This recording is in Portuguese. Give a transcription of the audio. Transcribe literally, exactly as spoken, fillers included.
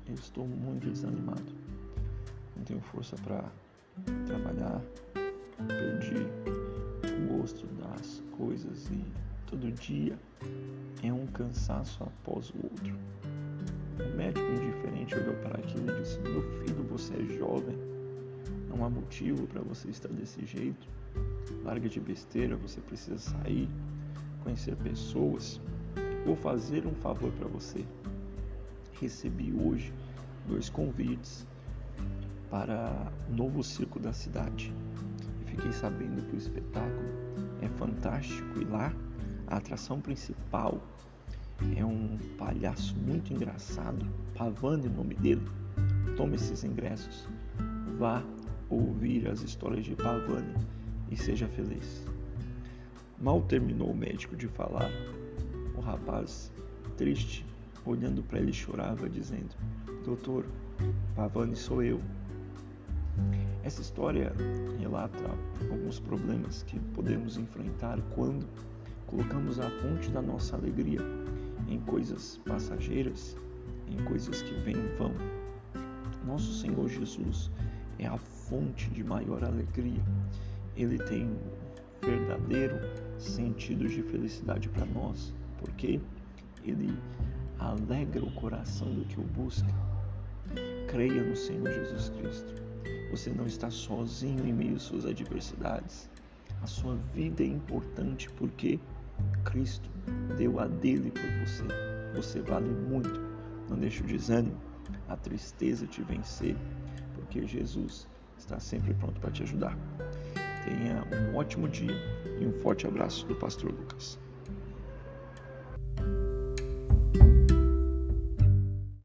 eu estou muito desanimado. Não tenho força para trabalhar, perdi o gosto das coisas e todo dia é um cansaço após o outro. O médico indiferente olhou para aquilo e disse: meu filho, você é jovem, não há motivo para você estar desse jeito. Larga de besteira, você precisa sair, conhecer pessoas. Vou fazer um favor para você. Recebi hoje dois convites para o novo circo da cidade. E fiquei sabendo que o espetáculo é fantástico e lá a atração principal é um palhaço muito engraçado, Pavani, o nome dele. Tome esses ingressos, vá ouvir as histórias de Pavani e seja feliz. Mal terminou o médico de falar, o rapaz, triste, olhando para ele, chorava, dizendo: doutor, Pavani sou eu. Essa história relata alguns problemas que podemos enfrentar quando colocamos a fonte da nossa alegria em coisas passageiras, em coisas que vêm e vão. Nosso Senhor Jesus é a fonte de maior alegria. Ele tem um verdadeiro sentido de felicidade para nós, porque Ele alegra o coração do que o busca. Creia no Senhor Jesus Cristo. Você não está sozinho em meio às suas adversidades. A sua vida é importante porque Cristo deu a dele por você. Você vale muito. Não deixe o desânimo, a tristeza te vencer, porque Jesus está sempre pronto para te ajudar. Tenha um ótimo dia e um forte abraço do Pastor Lucas.